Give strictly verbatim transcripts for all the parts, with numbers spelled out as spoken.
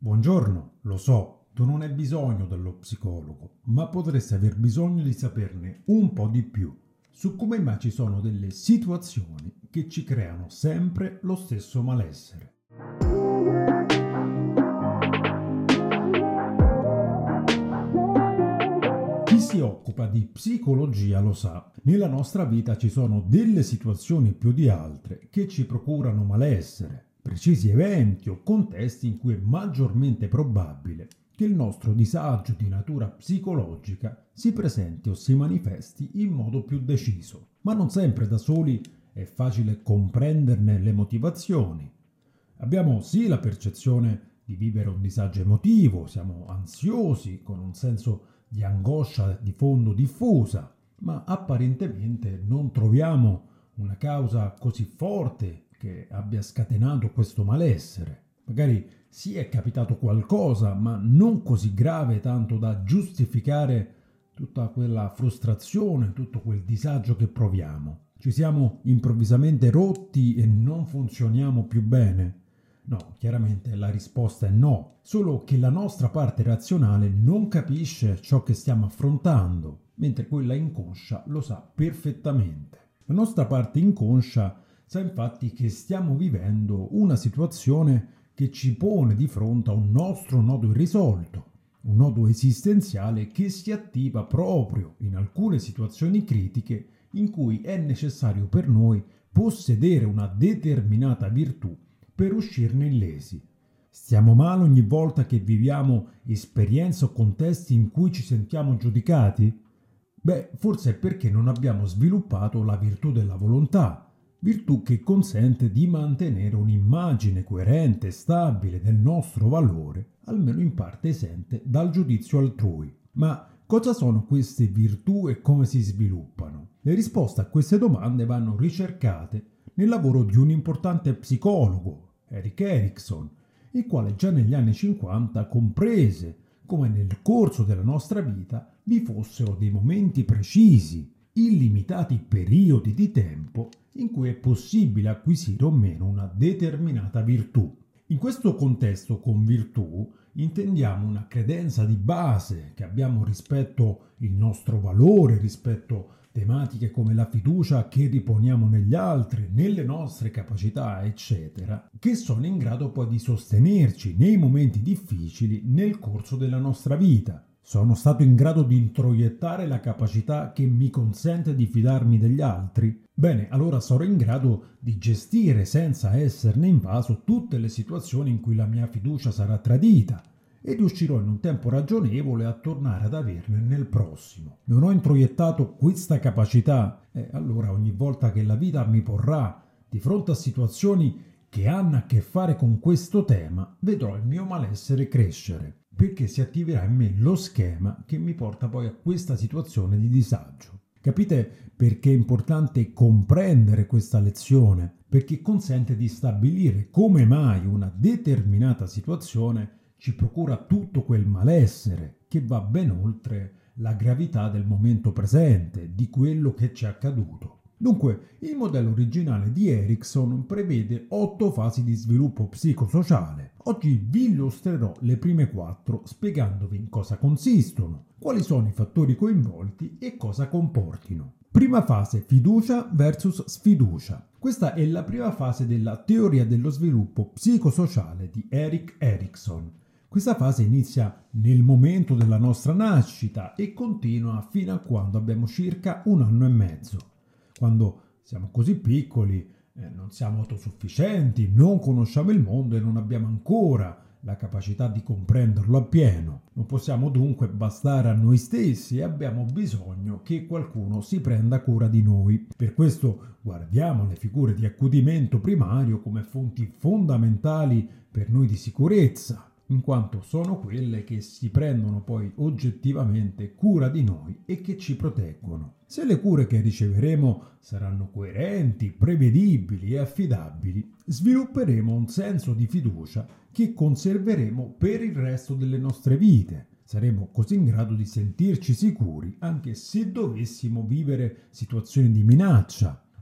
Buongiorno, lo so, tu non hai bisogno dello psicologo, ma potresti aver bisogno di saperne un po' di più su come mai ci sono delle situazioni che ci creano sempre lo stesso malessere. Chi si occupa di psicologia lo sa, nella nostra vita ci sono delle situazioni più di altre che ci procurano malessere, precisi eventi o contesti in cui è maggiormente probabile che il nostro disagio di natura psicologica si presenti o si manifesti in modo più deciso. Ma non sempre da soli è facile comprenderne le motivazioni. Abbiamo sì la percezione di vivere un disagio emotivo, siamo ansiosi, con un senso di angoscia di fondo diffusa, ma apparentemente non troviamo una causa così forte che abbia scatenato questo malessere. Magari sì è capitato qualcosa, ma non così grave tanto da giustificare tutta quella frustrazione, tutto quel disagio che proviamo. Ci siamo improvvisamente rotti e non funzioniamo più bene? No, chiaramente la risposta è no, solo che la nostra parte razionale non capisce ciò che stiamo affrontando, mentre quella inconscia lo sa perfettamente. La nostra parte inconscia sa infatti che stiamo vivendo una situazione che ci pone di fronte a un nostro nodo irrisolto, un nodo esistenziale che si attiva proprio in alcune situazioni critiche in cui è necessario per noi possedere una determinata virtù per uscirne illesi. Stiamo male ogni volta che viviamo esperienze o contesti in cui ci sentiamo giudicati? Beh, forse è perché non abbiamo sviluppato la virtù della volontà, virtù che consente di mantenere un'immagine coerente e stabile del nostro valore, almeno in parte esente dal giudizio altrui. Ma cosa sono queste virtù e come si sviluppano? Le risposte a queste domande vanno ricercate nel lavoro di un importante psicologo, Erik Erikson, il quale già negli anni cinquanta comprese come nel corso della nostra vita vi fossero dei momenti precisi, illimitati periodi di tempo in cui è possibile acquisire o meno una determinata virtù. In questo contesto con virtù intendiamo una credenza di base che abbiamo rispetto il nostro valore, rispetto tematiche come la fiducia che riponiamo negli altri, nelle nostre capacità, eccetera, che sono in grado poi di sostenerci nei momenti difficili nel corso della nostra vita. Sono stato in grado di introiettare la capacità che mi consente di fidarmi degli altri? Bene, allora sarò in grado di gestire senza esserne invaso tutte le situazioni in cui la mia fiducia sarà tradita e riuscirò in un tempo ragionevole a tornare ad averne nel prossimo. Non ho introiettato questa capacità e allora ogni volta che la vita mi porrà di fronte a situazioni che hanno a che fare con questo tema, vedrò il mio malessere crescere, perché si attiverà in me lo schema che mi porta poi a questa situazione di disagio. Capite perché è importante comprendere questa lezione? Perché consente di stabilire come mai una determinata situazione ci procura tutto quel malessere che va ben oltre la gravità del momento presente, di quello che ci è accaduto. Dunque, il modello originale di Erikson prevede otto fasi di sviluppo psicosociale. Oggi vi illustrerò le prime quattro spiegandovi in cosa consistono, quali sono i fattori coinvolti e cosa comportino. Prima fase: fiducia versus sfiducia. Questa è la prima fase della teoria dello sviluppo psicosociale di Erik Erikson. Questa fase inizia nel momento della nostra nascita e continua fino a quando abbiamo circa un anno e mezzo. Quando siamo così piccoli, eh, non siamo autosufficienti, non conosciamo il mondo e non abbiamo ancora la capacità di comprenderlo appieno. Non possiamo dunque bastare a noi stessi e abbiamo bisogno che qualcuno si prenda cura di noi. Per questo guardiamo le figure di accudimento primario come fonti fondamentali per noi di sicurezza, in quanto sono quelle che si prendono poi oggettivamente cura di noi e che ci proteggono. Se le cure che riceveremo saranno coerenti, prevedibili e affidabili, svilupperemo un senso di fiducia che conserveremo per il resto delle nostre vite. Saremo così in grado di sentirci sicuri anche se dovessimo vivere situazioni di minaccia.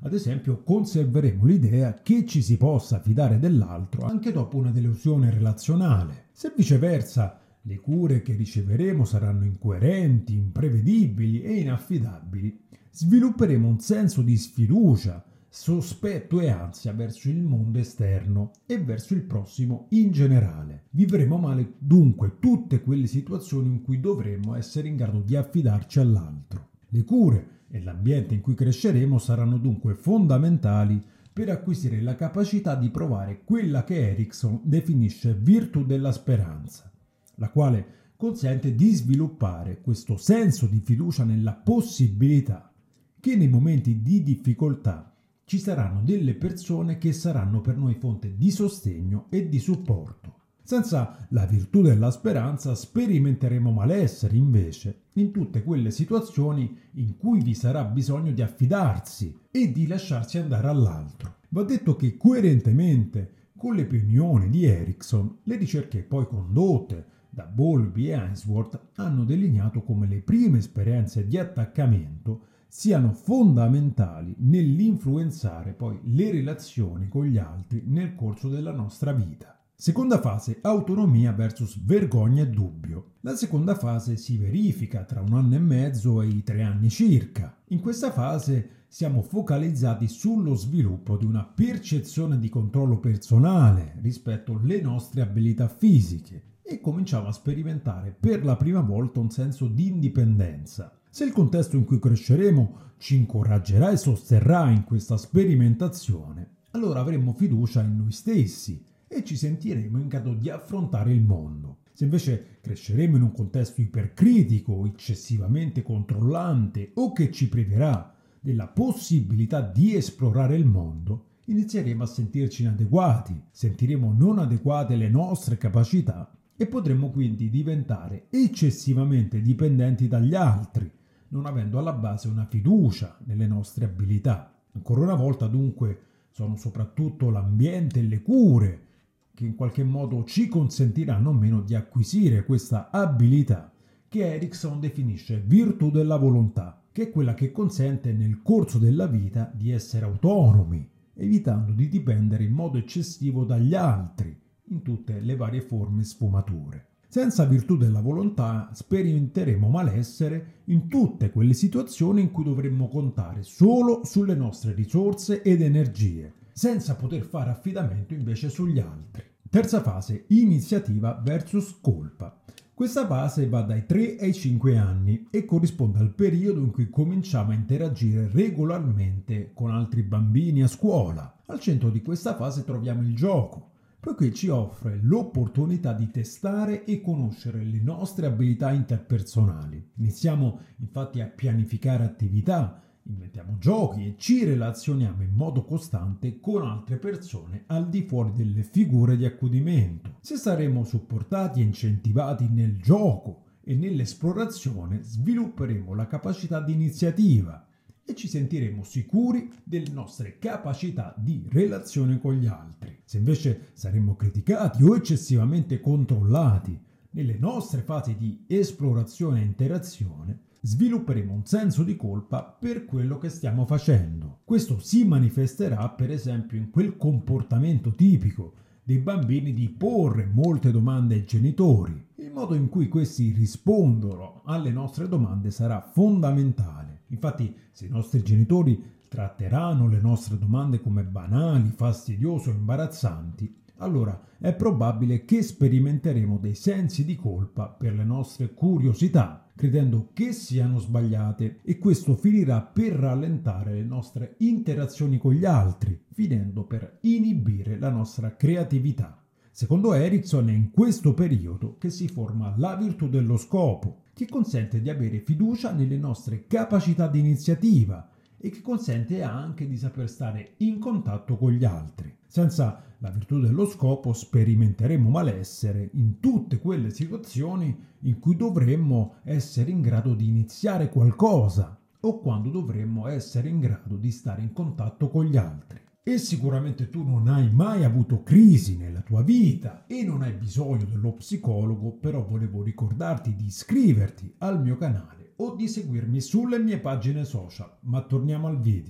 Ad esempio, conserveremo l'idea che ci si possa fidare dell'altro anche dopo una delusione relazionale. Se viceversa, le cure che riceveremo saranno incoerenti, imprevedibili e inaffidabili, svilupperemo un senso di sfiducia, sospetto e ansia verso il mondo esterno e verso il prossimo in generale. Vivremo male dunque tutte quelle situazioni in cui dovremmo essere in grado di affidarci all'altro. Le cure e l'ambiente in cui cresceremo saranno dunque fondamentali per acquisire la capacità di provare quella che Erickson definisce virtù della speranza, la quale consente di sviluppare questo senso di fiducia nella possibilità che nei momenti di difficoltà ci saranno delle persone che saranno per noi fonte di sostegno e di supporto. Senza la virtù della speranza sperimenteremo malessere invece in tutte quelle situazioni in cui vi sarà bisogno di affidarsi e di lasciarsi andare all'altro. Va detto che coerentemente con le opinioni di Erickson, le ricerche poi condotte da Bowlby e Ainsworth hanno delineato come le prime esperienze di attaccamento siano fondamentali nell'influenzare poi le relazioni con gli altri nel corso della nostra vita. Seconda fase, autonomia versus vergogna e dubbio. La seconda fase si verifica tra un anno e mezzo e i tre anni circa. In questa fase siamo focalizzati sullo sviluppo di una percezione di controllo personale rispetto alle nostre abilità fisiche e cominciamo a sperimentare per la prima volta un senso di indipendenza. Se il contesto in cui cresceremo ci incoraggerà e sosterrà in questa sperimentazione, allora avremo fiducia in noi stessi e ci sentiremo in grado di affrontare il mondo. Se invece cresceremo in un contesto ipercritico, eccessivamente controllante o che ci priverà della possibilità di esplorare il mondo, inizieremo a sentirci inadeguati, sentiremo non adeguate le nostre capacità e potremmo quindi diventare eccessivamente dipendenti dagli altri, non avendo alla base una fiducia nelle nostre abilità. Ancora una volta, dunque, sono soprattutto l'ambiente e le cure che in qualche modo ci consentiranno o meno di acquisire questa abilità che Erickson definisce virtù della volontà, che è quella che consente nel corso della vita di essere autonomi, evitando di dipendere in modo eccessivo dagli altri in tutte le varie forme e sfumature. Senza virtù della volontà sperimenteremo malessere in tutte quelle situazioni in cui dovremmo contare solo sulle nostre risorse ed energie, senza poter fare affidamento invece sugli altri. Terza fase, iniziativa versus colpa. Questa fase va dai tre ai cinque anni e corrisponde al periodo in cui cominciamo a interagire regolarmente con altri bambini a scuola. Al centro di questa fase troviamo il gioco, poiché ci offre l'opportunità di testare e conoscere le nostre abilità interpersonali. Iniziamo infatti a pianificare attività, inventiamo giochi e ci relazioniamo in modo costante con altre persone al di fuori delle figure di accudimento. Se saremo supportati e incentivati nel gioco e nell'esplorazione, svilupperemo la capacità di iniziativa e ci sentiremo sicuri delle nostre capacità di relazione con gli altri. Se invece saremo criticati o eccessivamente controllati nelle nostre fasi di esplorazione e interazione, svilupperemo un senso di colpa per quello che stiamo facendo. Questo si manifesterà per esempio in quel comportamento tipico dei bambini di porre molte domande ai genitori. Il modo in cui questi rispondono alle nostre domande sarà fondamentale. Infatti, se i nostri genitori tratteranno le nostre domande come banali, fastidiose o imbarazzanti, allora è probabile che sperimenteremo dei sensi di colpa per le nostre curiosità, credendo che siano sbagliate, e questo finirà per rallentare le nostre interazioni con gli altri, finendo per inibire la nostra creatività. Secondo Erickson è in questo periodo che si forma la virtù dello scopo, che consente di avere fiducia nelle nostre capacità di iniziativa e che consente anche di saper stare in contatto con gli altri. Senza la virtù dello scopo sperimenteremo malessere in tutte quelle situazioni in cui dovremmo essere in grado di iniziare qualcosa o quando dovremmo essere in grado di stare in contatto con gli altri. E sicuramente tu non hai mai avuto crisi nella tua vita e non hai bisogno dello psicologo, però volevo ricordarti di iscriverti al mio canale o di seguirmi sulle mie pagine social. Ma torniamo al video.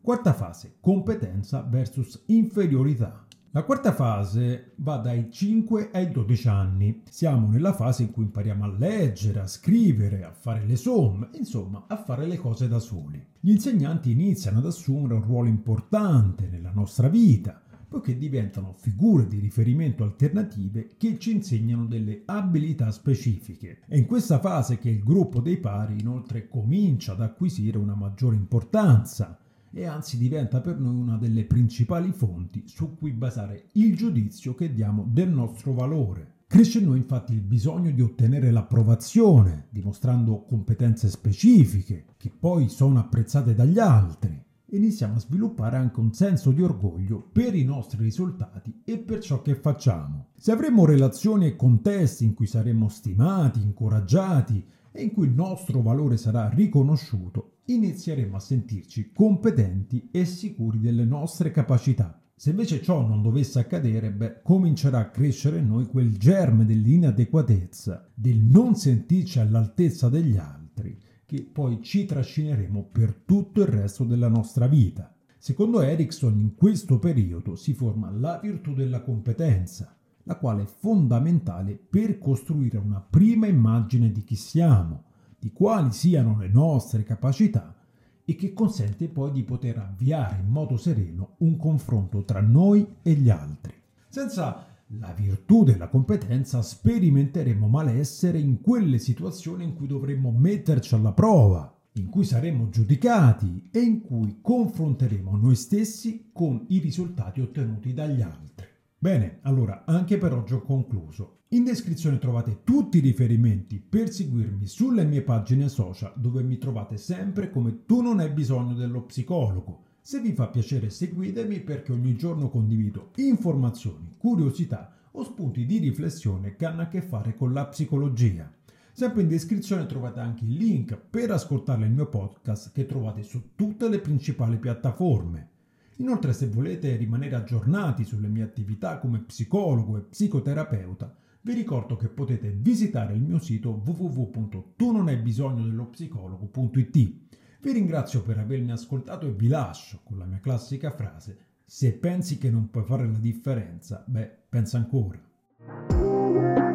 Quarta fase, competenza versus inferiorità. La quarta fase va dai cinque ai dodici anni. Siamo nella fase in cui impariamo a leggere, a scrivere, a fare le somme, insomma, a fare le cose da soli. Gli insegnanti iniziano ad assumere un ruolo importante nella nostra vita, poiché diventano figure di riferimento alternative che ci insegnano delle abilità specifiche. È in questa fase che il gruppo dei pari inoltre comincia ad acquisire una maggiore importanza e anzi diventa per noi una delle principali fonti su cui basare il giudizio che diamo del nostro valore. Cresce in noi infatti il bisogno di ottenere l'approvazione, dimostrando competenze specifiche che poi sono apprezzate dagli altri. Iniziamo a sviluppare anche un senso di orgoglio per i nostri risultati e per ciò che facciamo. Se avremo relazioni e contesti in cui saremo stimati, incoraggiati e in cui il nostro valore sarà riconosciuto, inizieremo a sentirci competenti e sicuri delle nostre capacità. Se invece ciò non dovesse accadere, beh, comincerà a crescere in noi quel germe dell'inadeguatezza, del non sentirci all'altezza degli altri, che poi ci trascineremo per tutto il resto della nostra vita. Secondo Erikson, in questo periodo si forma la virtù della competenza, la quale è fondamentale per costruire una prima immagine di chi siamo, di quali siano le nostre capacità e che consente poi di poter avviare in modo sereno un confronto tra noi e gli altri. Senza la virtù della competenza sperimenteremo malessere in quelle situazioni in cui dovremmo metterci alla prova, in cui saremo giudicati e in cui confronteremo noi stessi con i risultati ottenuti dagli altri. Bene, allora anche per oggi ho concluso. In descrizione trovate tutti i riferimenti per seguirmi sulle mie pagine social, dove mi trovate sempre come Tu non hai bisogno dello psicologo. Se vi fa piacere seguitemi, perché ogni giorno condivido informazioni, curiosità o spunti di riflessione che hanno a che fare con la psicologia. Sempre in descrizione trovate anche il link per ascoltare il mio podcast, che trovate su tutte le principali piattaforme. Inoltre, se volete rimanere aggiornati sulle mie attività come psicologo e psicoterapeuta, vi ricordo che potete visitare il mio sito w w w punto tu non hai bisogno dello psicologo punto i t. Vi ringrazio per avermi ascoltato e vi lascio con la mia classica frase: se pensi che non puoi fare la differenza, beh, pensa ancora.